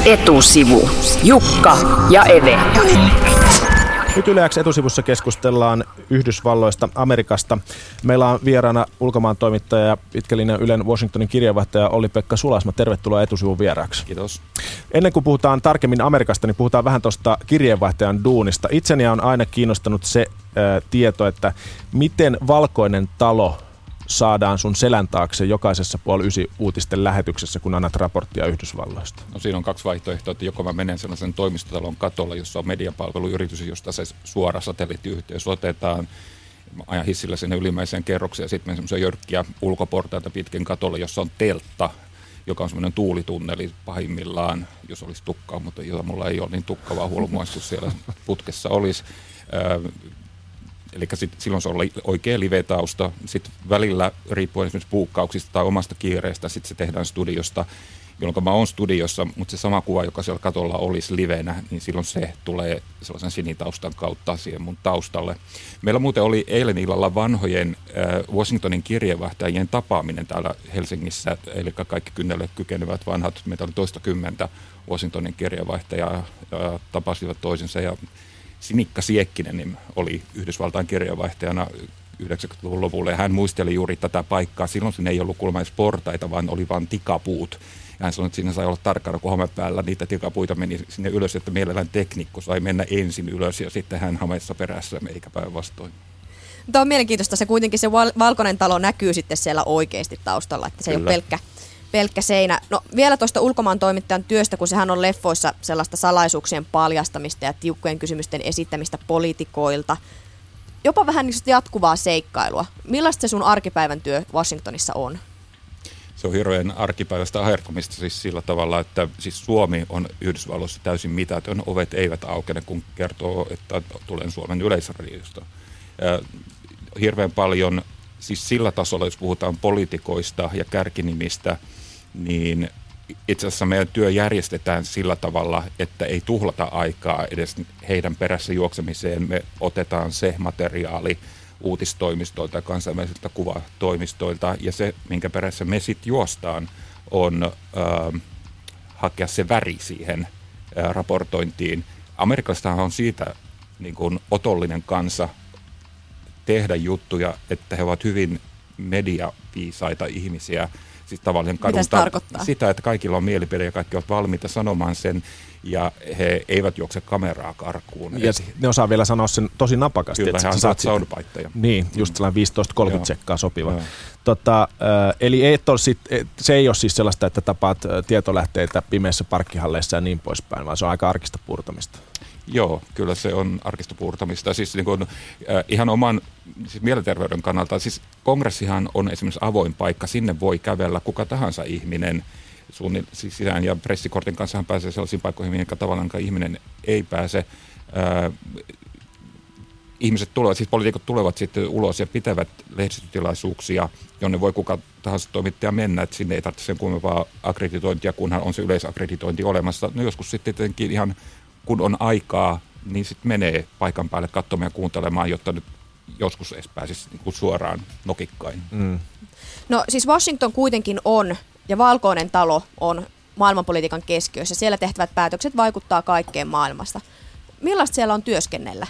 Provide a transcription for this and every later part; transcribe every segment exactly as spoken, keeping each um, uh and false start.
Etusivu. Jukka ja Eve. Nyt Yle X etusivussa keskustellaan Yhdysvalloista, Amerikasta. Meillä on vieraana ulkomaan toimittaja ja pitkällinen Ylen Washingtonin kirjeenvaihtaja Olli-Pekka Sulasma. Tervetuloa etusivun vieraaksi. Kiitos. Ennen kuin puhutaan tarkemmin Amerikasta, niin puhutaan vähän tuosta kirjeenvaihtajan duunista. Itseni on aina kiinnostanut se ää, tieto, että miten Valkoinen talo saadaan sun selän taakse jokaisessa puoli ysi uutisten lähetyksessä, kun annat raporttia Yhdysvalloista? No siinä on kaksi vaihtoehtoa, että joko mä menen sellaisen toimistotalon katolla, jossa on mediapalveluyritys, josta se suora satelliittiyhteys otetaan. Mä ajan hissillä sinne ylimmäiseen kerrokseen ja sitten menen semmoisia jörkkiä ulkoportaita pitkin katolla, jossa on teltta, joka on semmoinen tuulitunneli pahimmillaan, jos olisi tukkaa, mutta jota mulla ei ole niin tukkavaa hulmuaistus siellä putkessa olisi. Eli sit, silloin se on oikea live-tausta. Sitten välillä, riippuen esimerkiksi puukkauksista tai omasta kiireestä, sitten se tehdään studiosta, jolloin mä oon studiossa, mutta se sama kuva, joka siellä katolla olisi livenä, niin silloin se tulee sellaisen sinitaustan kautta siihen mun taustalle. Meillä muuten oli eilen illalla vanhojen äh, Washingtonin kirjeenvaihtajien tapaaminen täällä Helsingissä, eli kaikki kynnelle kykenevät vanhat, meitä oli toistakymmentä Washingtonin kirjeenvaihtajaa äh, tapasivat toisensa, ja Sinikka Siekkinen niin oli Yhdysvaltain kirjeenvaihtajana yhdeksänkymmentäluvun lopulla, ja hän muisteli juuri tätä paikkaa. Silloin siinä ei ollut kuulemma edes portaita, vaan oli vain tikapuut. Ja hän sanoi, että siinä sai olla tarkkana, kun home päällä niitä tikapuita meni sinne ylös, että mielellään teknikko sai mennä ensin ylös, ja sitten hän hameessa perässä, eikä päinvastoin. Tämä on mielenkiintoista. Se kuitenkin se Valkoinen talo näkyy sitten siellä oikeasti taustalla, että se Kyllä. ei ole pelkkä, pelkkä seinä. No vielä tuosta ulkomaan toimittajan työstä, kun sehän on leffoissa sellaista salaisuuksien paljastamista ja tiukkojen kysymysten esittämistä poliitikoilta. Jopa vähän niin jatkuvaa seikkailua. Millaista se sun arkipäivän työ Washingtonissa on? Se on hirveän arkipäivästä ahertamista siis sillä tavalla, että siis Suomi on Yhdysvalloissa täysin mitätön. Ovet eivät aukene, kun kertoo, että tulen Suomen Yleisradiosta. Hirveän paljon, siis sillä tasolla, jos puhutaan poliitikoista ja kärkinimistä, niin itse asiassa meidän työ järjestetään sillä tavalla, että ei tuhlata aikaa edes heidän perässä juoksemiseen. Me otetaan se materiaali uutistoimistoilta ja kansainvälisiltä kuvatoimistoilta, ja se, minkä perässä me sitten juostaan, on äh, hakea se väri siihen äh, raportointiin. Amerikasta on siitä niin kuin otollinen kansa tehdä juttuja, että he ovat hyvin mediaviisaita ihmisiä. Siis tavallisen Mitä se tarkoittaa? Sitä, että kaikilla on mielipide ja kaikki ovat valmiita sanomaan sen, ja he eivät juokse kameraa karkuun. Ja Et, ne osaa vielä sanoa sen tosi napakasti. Kyllä, että he saat soundbiteja. Niin, just sellainen viisitoista kolmekymmentä sekkaa sopiva. Joo. Tota, äh, eli ei sit, se ei ole siis sellaista, että tapaat äh, tietolähteitä pimeissä parkkihalleissa ja niin poispäin, vaan se on aika arkista puurtamista. Joo, kyllä se on arkista puurtamista. Siis niin kuin, äh, ihan oman siis mielenterveyden kannalta, siis kongressihan on esimerkiksi avoin paikka, sinne voi kävellä kuka tahansa ihminen suunnin, siis sisään, ja pressikortin kanssa pääsee sellaisiin paikkoihin, minkä tavallaan ihminen ei pääse. Äh, ihmiset tulevat, siis poliitikot tulevat sitten ulos ja pitävät lehdistötilaisuuksia, jonne voi kuka tahansa toimittaja mennä, että sinne ei tarvitse sen kummempaa akkreditointia, kunhan on se yleisakkreditointi olemassa. No joskus sitten tietenkin ihan kun on aikaa, niin sitten menee paikan päälle katsomaan ja kuuntelemaan, jotta nyt joskus edes pääsisi niin suoraan nokikkain. Mm. No siis Washington kuitenkin on, ja Valkoinen talo on maailmanpolitiikan keskiössä. Siellä tehtävät päätökset vaikuttaa kaikkeen maailmasta. Millaista siellä on työskennellä?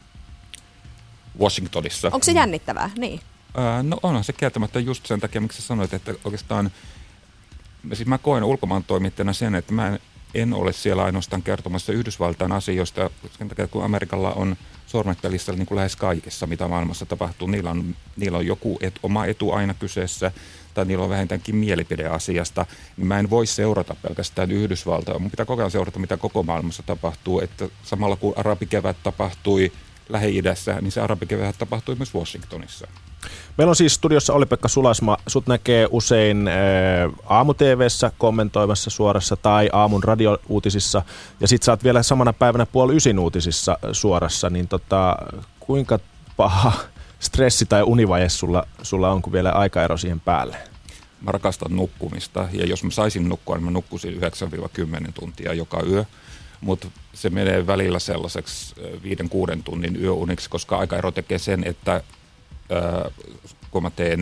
Washingtonissa. Onko se jännittävää? Niin. Ää, no onhan se kieltämättä just sen takia, miksi sä sanoit, että oikeastaan siis mä koen ulkomaan toimittajana sen, että mä en En ole siellä ainoastaan kertomassa Yhdysvaltain asioista, sen takia kun Amerikalla on sormet pelissä niin kuin lähes kaikessa, mitä maailmassa tapahtuu. Niillä on, niillä on joku et, oma etu aina kyseessä, tai niillä on vähintäänkin mielipide asiasta. Niin mä en voi seurata pelkästään Yhdysvaltaa. Mun pitää koko ajan seurata, mitä koko maailmassa tapahtuu. Että samalla kun arabikevät tapahtui Lähi-idässä, niin se arabikevät tapahtui myös Washingtonissa. Meillä on siis studiossa Olli-Pekka Sulasma. Sut näkee usein ä, aamu-T V:ssä kommentoimassa suorassa tai aamun radiouutisissa. Ja sit sä oot vielä samana päivänä puoli ysin uutisissa suorassa. Niin tota, kuinka paha stressi tai univaje sulla, sulla on, kun vielä aikaero siihen päälle? Mä rakastan nukkumista. Ja jos mä saisin nukkua, niin mä nukkuisin yhdeksän kymmenen tuntia joka yö. Mutta se menee välillä sellaiseksi viiden kuuden tunnin yöuniksi, koska aikaero tekee sen, että Äh, kun mä teen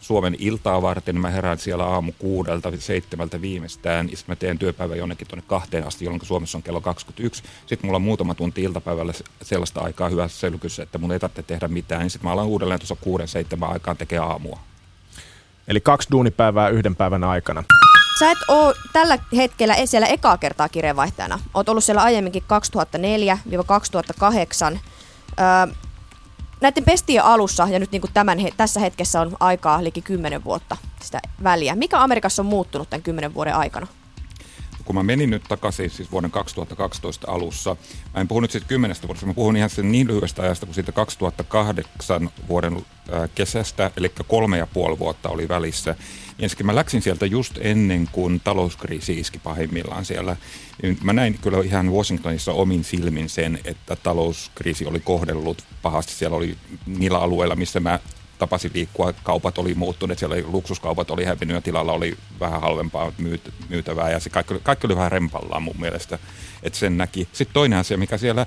Suomen iltaa varten. Mä herään siellä aamu kuudelta, seitsemältä viimeistään. Ja sitten mä teen työpäivän jonnekin tuonne kahteen asti, jolloin Suomessa on kello kaksikymmentäyksi. Sitten mulla on muutama tunti iltapäivällä sellaista aikaa hyvässä selkyssä, että mun ei tarvitse tehdä mitään. Sitten mä alan uudelleen tuossa kuuden, seitsemän aikaan tekemään aamua. Eli kaksi duunipäivää yhden päivän aikana. Sä et ole tällä hetkellä siellä ekaa kertaa kirjeenvaihtajana. Oot ollut siellä aiemminkin kaksituhattaneljä kaksituhattakahdeksan. Öö, näiden pestien alussa ja nyt niin kuin tämän, tässä hetkessä on aikaa liki kymmenen vuotta sitä väliä. Mikä Amerikassa on muuttunut tämän kymmenen vuoden aikana? Kun mä menin nyt takaisin siis vuoden kaksituhattakaksitoista alussa, mä en puhu nyt siitä kymmenestä vuodesta, mä puhun ihan sen niin lyhyestä ajasta kuin siitä kaksituhattakahdeksan vuoden kesästä, eli kolme ja puoli vuotta oli välissä. Ensinnäkin mä läksin sieltä just ennen kuin talouskriisi iski pahimmillaan siellä. Mä näin kyllä ihan Washingtonissa omin silmin sen, että talouskriisi oli kohdellut pahasti. Siellä oli niillä alueilla, missä mä tapasin liikkua, kaupat oli muuttuneet, siellä oli, luksuskaupat oli hävinnyt ja tilalla oli vähän halvempaa myyt, myytävää ja se kaikki, kaikki oli vähän rempallaan mun mielestä, että sen näki. Sitten toinen asia, mikä siellä,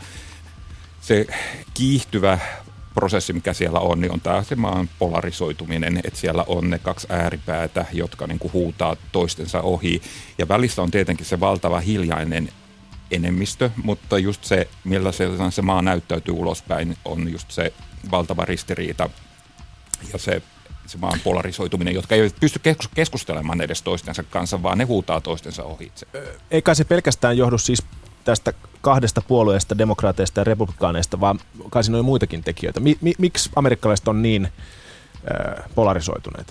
se kiihtyvä prosessi, mikä siellä on, niin on tämä se maan polarisoituminen, että siellä on ne kaksi ääripäätä, jotka niin kuin huutaa toistensa ohi ja välissä on tietenkin se valtava hiljainen enemmistö, mutta just se, millä se, se maa näyttäytyy ulospäin, on just se valtava ristiriita ja se, se maan polarisoituminen, jotka ei pysty keskustelemaan edes toistensa kanssa, vaan ne huutaa toistensa ohitse. Eikä se pelkästään johdu siis tästä kahdesta puolueesta, demokraateista ja republikaaneista, vaan kai siinä on muitakin tekijöitä. Miksi amerikkalaiset on niin äh, polarisoituneita?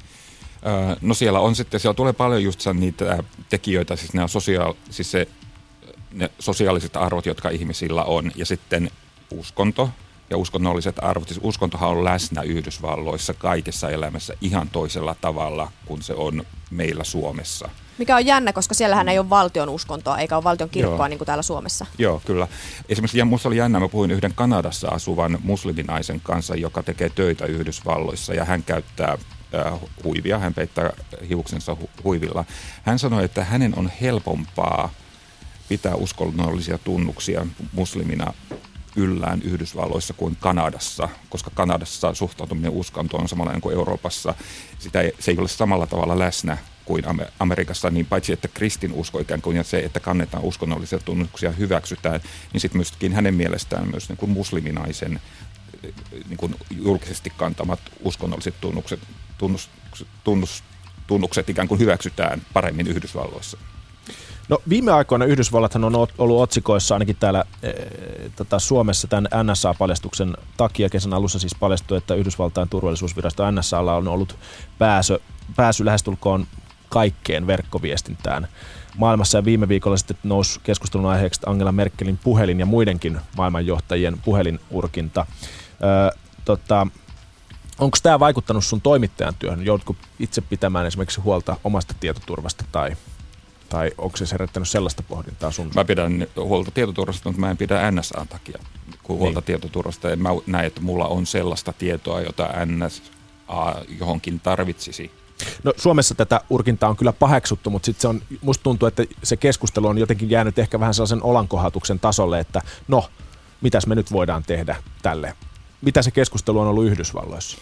Öö, no siellä on sitten, siellä tulee paljon just niitä tekijöitä, siis ne, on sosiaal, siis se, ne sosiaaliset arvot, jotka ihmisillä on, ja sitten uskonto. Ja uskonnolliset arvot, siis uskontohan on läsnä Yhdysvalloissa kaikessa elämässä ihan toisella tavalla kuin se on meillä Suomessa. Mikä on jännä, koska siellähän ei ole valtion uskontoa eikä ole valtion kirkkoa Joo. niin kuin täällä Suomessa. Joo, kyllä. Esimerkiksi minusta oli jännä, mä puhuin yhden Kanadassa asuvan musliminaisen kanssa, joka tekee töitä Yhdysvalloissa ja hän käyttää äh, huivia, hän peittää hiuksensa hu- huivilla. Hän sanoi, että hänen on helpompaa pitää uskonnollisia tunnuksia muslimina yllään Yhdysvalloissa kuin Kanadassa, koska Kanadassa suhtautuminen uskontoon on samanlainen kuin Euroopassa. Sitä ei, se ei ole samalla tavalla läsnä kuin Amerikassa, niin paitsi että kristinusko ikään kuin ja se, että kannetaan uskonnollisia tunnuksia hyväksytään, niin sitten myöskin hänen mielestään myös niin kuin musliminaisen niin kuin julkisesti kantamat uskonnolliset tunnukset, tunnus, tunnus, tunnukset ikään kuin hyväksytään paremmin Yhdysvalloissa. No viime aikoina Yhdysvallathan on ollut otsikoissa ainakin täällä e, tota, Suomessa tämän N S A-paljastuksen takia. Kesän alussa siis paljastui, että Yhdysvaltain turvallisuusvirasto N S A:lla on ollut pääsy, pääsy lähestulkoon kaikkeen verkkoviestintään maailmassa. Ja viime viikolla sitten nousi keskustelun aiheeksi Angela Merkelin puhelin ja muidenkin maailmanjohtajien puhelinurkinta. Ö, tota, onko tämä vaikuttanut sun toimittajan työhön? Joudutko itse pitämään esimerkiksi huolta omasta tietoturvasta tai... Tai onko se herättänyt sellaista pohdintaa sun? Mä pidän huolta tietoturvasta, mutta mä en pidä N S A:n takia huolta niin. tietoturvasta. En mä näe, että mulla on sellaista tietoa, jota N S A johonkin tarvitsisi. No Suomessa tätä urkintaa on kyllä paheksuttu, mutta sitten se on, musta tuntuu, että se keskustelu on jotenkin jäänyt ehkä vähän sellaisen olankohautuksen tasolle, että no, mitäs me nyt voidaan tehdä tälle? Mitä se keskustelu on ollut Yhdysvalloissa?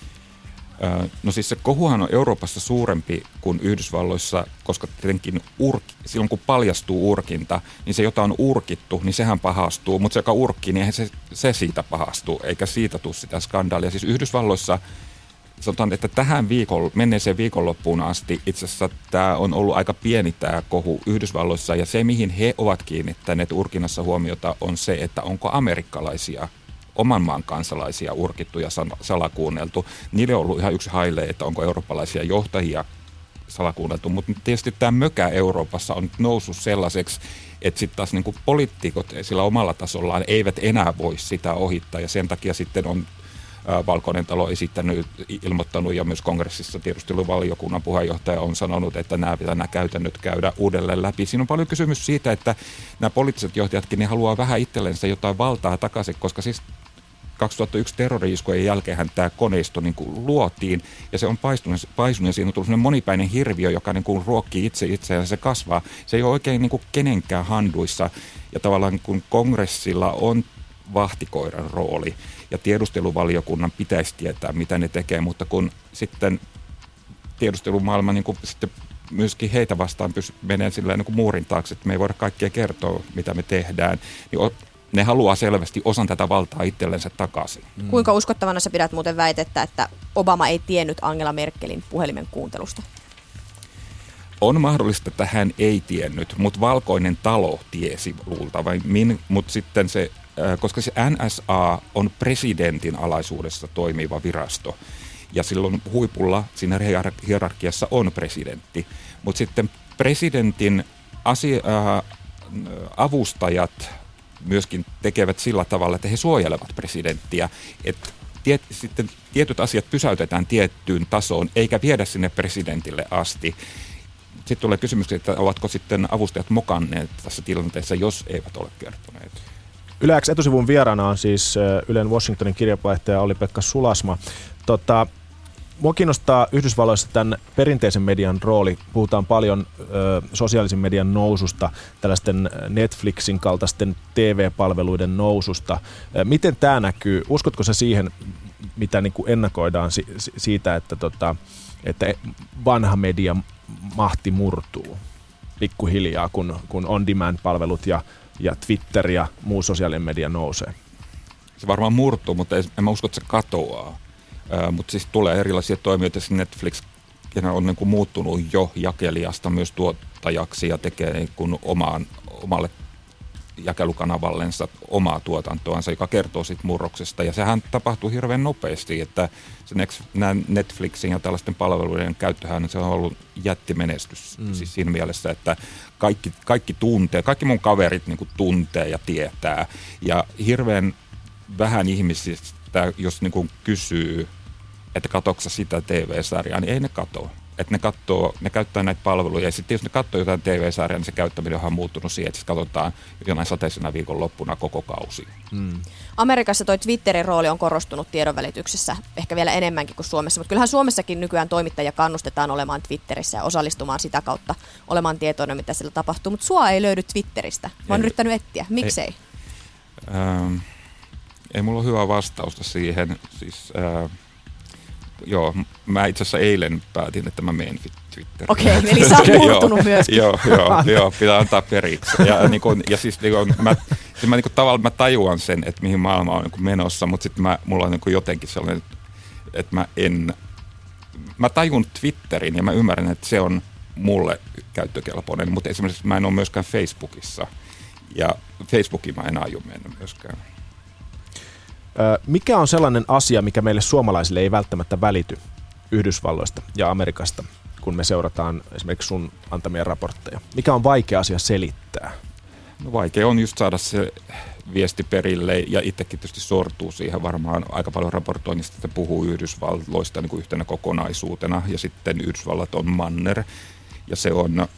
No siis se kohuhan on Euroopassa suurempi kuin Yhdysvalloissa, koska tietenkin urk- silloin kun paljastuu urkinta, niin se jota on urkittu, niin sehän pahastuu, mutta se joka urkkii, niin eihän se, se siitä pahastuu, eikä siitä tule sitä skandaalia. Siis Yhdysvalloissa sanotaan, että tähän viikon, menneeseen viikonloppuun asti itse asiassa tämä on ollut aika pieni tämä kohu Yhdysvalloissa, ja se mihin he ovat kiinnittäneet urkinnassa huomiota on se, että onko amerikkalaisia oman maan kansalaisia urkittu ja salakuunneltu. Niille on ollut ihan yksi haile, että onko eurooppalaisia johtajia salakuunneltu, mutta tietysti tämä mökä Euroopassa on nyt noussut sellaiseksi, että sitten taas niin kuin poliitikot sillä omalla tasollaan eivät enää voi sitä ohittaa, ja sen takia sitten on ää, Valkoinen talo esittänyt, ilmoittanut, ja myös kongressissa tiedusteluvaliokunnan puheenjohtaja on sanonut, että nämä pitää nämä käytännöt käydä uudelleen läpi. Siinä on paljon kysymys siitä, että nämä poliittiset johtajatkin ne haluaa vähän itsellensä jotain valtaa takaisin, koska siis kaksituhattayksi terrori-iskujen jälkeen tämä koneisto niin kuin luotiin, ja se on paisunut, paisunut ja siinä on tullut sellainen monipäinen hirviö, joka niin kuin ruokkii itse itseään, se kasvaa. Se ei ole oikein niin kuin kenenkään handuissa, ja tavallaan niin kuin kongressilla on vahtikoiran rooli, ja tiedusteluvaliokunnan pitäisi tietää, mitä ne tekee, mutta kun sitten tiedustelumaailma niin kuin sitten myöskin heitä vastaan pysy, menee silleen niin kuin muurin taakse, että me ei voida kaikkea kertoa, mitä me tehdään. Niin ne haluaa selvästi osan tätä valtaa itsellensä takaisin. Mm. Kuinka uskottavana sä pidät muuten väitettä, että Obama ei tiennyt Angela Merkelin puhelimen kuuntelusta? On mahdollista, että hän ei tiennyt, mutta Valkoinen talo tiesi luultavasti. Mutta sitten se, koska se N S A on presidentin alaisuudessa toimiva virasto, ja silloin huipulla siinä hierarkiassa on presidentti, mutta sitten presidentin asia, äh, avustajat myöskin tekevät sillä tavalla, että he suojelevat presidenttiä, että tiet, sitten tietyt asiat pysäytetään tiettyyn tasoon, eikä viedä sinne presidentille asti. Sitten tulee kysymys, että ovatko sitten avustajat mokanneet tässä tilanteessa, jos eivät ole kertoneet. Yle X etusivun vieraana on siis Ylen Washingtonin kirjeenvaihtaja Olli-Pekka Sulasma. Tota, mua kiinnostaa Yhdysvalloissa tämän perinteisen median rooli. Puhutaan paljon ö, sosiaalisen median noususta, tällaisten Netflixin kaltaisten T V-palveluiden noususta. Miten tämä näkyy? Uskotko sä siihen, mitä niin kuin ennakoidaan si- siitä, että, tota, että vanha media mahti murtuu pikkuhiljaa, kun, kun on-demand-palvelut ja, ja Twitter ja muu sosiaalinen media nousee? Se varmaan murtuu, mutta en mä usko, että se katoaa. Äh, mutta siis tulee erilaisia toimijoita. Netflix on niin kuin muuttunut jo jakelijasta myös tuottajaksi ja tekee niin kuin omaan, omalle jakelukanavallensa omaa tuotantoansa, joka kertoo siitä murroksesta. Ja sehän tapahtuu hirveän nopeasti, että se Netflixin ja tällaisten palveluiden käyttöhän se on ollut jättimenestys. Mm. Siis siinä mielessä, että kaikki, kaikki tuntee, kaikki mun kaverit niin kuin tuntee ja tietää. Ja hirveän vähän ihmisistä, jos niin kuin kysyy, että katoksa sitä T V-sarjaa, niin ei ne katso. Että ne, katsoo, ne käyttää näitä palveluja, ja sitten jos ne katsoo jotain T V-sarjaa, niin se käyttäminen on muuttunut siihen, että katsotaan jonain sateisena viikonloppuna koko kausi. Hmm. Amerikassa toi Twitterin rooli on korostunut tiedonvälityksessä ehkä vielä enemmänkin kuin Suomessa, mutta kyllähän Suomessakin nykyään toimittajia kannustetaan olemaan Twitterissä ja osallistumaan sitä kautta olemaan tietoinen, mitä siellä tapahtuu, mutta sua ei löydy Twitteristä. Mä oon yrittänyt etsiä. Miksei? Ei, ähm, ei mulla ole hyvää vastausta siihen. Siis... Äh, Joo, mä itse asiassa eilen päätin, että mä menen Twitteriin. Okei, okay, eli sä oot murtunut myöskin. Joo, joo, joo, pitää antaa periksi. Ja, niin kun, ja siis niin kun, mä, siis mä, niin kun, tavallaan mä tajuan sen, että mihin maailma on niin kun menossa, mutta sitten mulla on niin kun jotenkin sellainen, että mä en... Mä tajun Twitterin ja mä ymmärrän, että se on mulle käyttökelpoinen, mutta esimerkiksi mä en ole myöskään Facebookissa. Ja Facebookiin mä en aio mennä myöskään. Mikä on sellainen asia, mikä meille suomalaisille ei välttämättä välity Yhdysvalloista ja Amerikasta, kun me seurataan esimerkiksi sun antamia raportteja? Mikä on vaikea asia selittää? No vaikea on just saada se viesti perille, ja itsekin tietysti sortuu siihen varmaan aika paljon raportoinnista, että puhuu Yhdysvalloista niin kuin yhtenä kokonaisuutena, ja sitten Yhdysvallat on manner, ja se on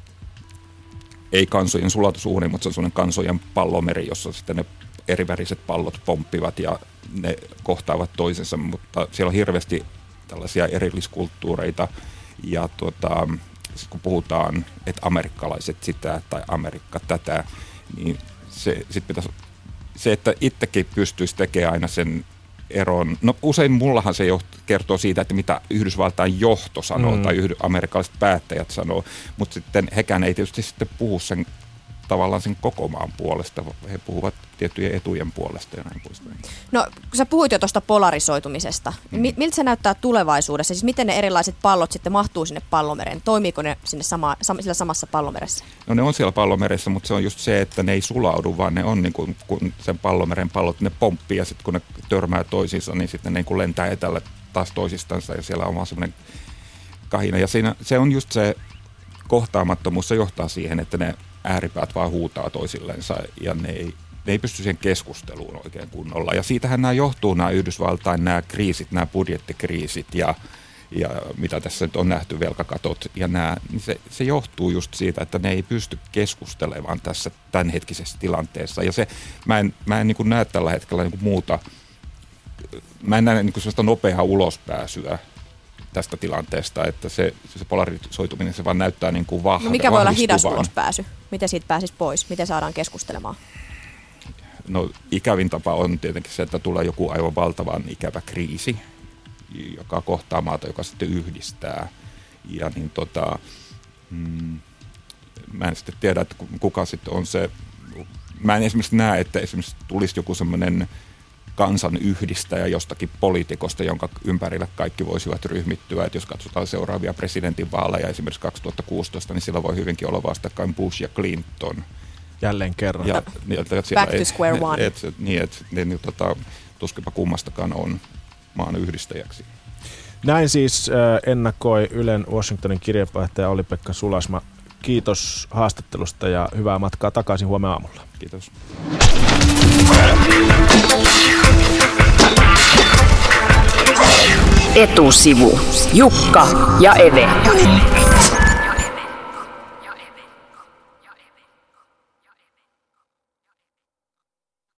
ei kansojen sulatusuuni, mutta se on sellainen kansojen pallomeri, jossa sitten ne eriväriset pallot pomppivat ja ne kohtaavat toisensa, mutta siellä on hirveästi tällaisia erilliskulttuureita ja tuota, kun puhutaan, että amerikkalaiset sitä tai Amerikka tätä, niin se, sit pitäisi, se että itsekin pystyisi tekemään aina sen eron. No usein mullahan se joht- kertoo siitä, että mitä Yhdysvaltain johto sanoo mm. tai yhdy- amerikkalaiset päättäjät sanoo, mutta sitten hekään ei tietysti sitten puhu sen tavallaan sen koko maan puolesta. He puhuvat tiettyjen etujen puolesta ja näin poispäin. No, kun sä puhuit jo tuosta polarisoitumisesta, mm. niin miltä se näyttää tulevaisuudessa? Siis miten ne erilaiset pallot sitten mahtuu sinne pallomereen? Toimiiko ne sinne sama, sillä samassa pallomeressä? No ne on siellä pallomeressä, mutta se on just se, että ne ei sulaudu, vaan ne on niin kuin kun sen pallomeren pallot, ne pomppii ja sitten kun ne törmää toisiinsa, niin sitten ne niin kuin lentää etälle taas toisistansa ja siellä on vaan semmoinen kahina. Ja siinä, se on just se kohtaamattomuus, se johtaa siihen, että ne ääripäät vaan huutaa toisillensa ja ne ei, ne ei pysty siihen keskusteluun oikein kunnolla. Ja siitähän nämä johtuu, nämä Yhdysvaltain nämä kriisit, nämä budjettikriisit ja, ja mitä tässä nyt on nähty, velkakatot ja nämä, niin se, se johtuu just siitä, että ne ei pysty keskustelemaan tässä tämänhetkisessä tilanteessa. Ja se, mä en, mä en niin kuin näe tällä hetkellä niin kuin muuta, mä en näe niin kuin sellaista nopeaa ulospääsyä tästä tilanteesta, että se, se polarisoituminen se vaan näyttää niin kuin vahva, no mikä voi olla hidas ulospääsy? Miten siitä pääsisi pois? Miten saadaan keskustelemaan? No ikävin tapa on tietenkin se, että tulee joku aivan valtavan ikävä kriisi, joka kohtaa maata, joka sitten yhdistää. ja niin tota, mm, mä en sitten tiedä, että kuka sitten on se, mä en esimerkiksi näe, että esimerkiksi tulisi joku semmoinen kansan yhdistäjä jostakin poliitikosta, jonka ympärille kaikki voisivat ryhmittyä. Että jos katsotaan seuraavia presidentinvaaleja, esimerkiksi kaksituhattakuusitoista, niin siellä voi hyvinkin olla vastakkain Bush ja Clinton. Jälleen kerran. Ja, niin, että Back to square one. Et, et, niin, että niin, tota, tuskinpa kummastakaan on maan yhdistäjäksi. Näin siis äh, ennakoi Ylen Washingtonin kirjeenvaihtaja Olli-Pekka Sulasma. Kiitos haastattelusta ja hyvää matkaa takaisin huomenna aamulla. Kiitos. Etusivu. Jukka ja Eve.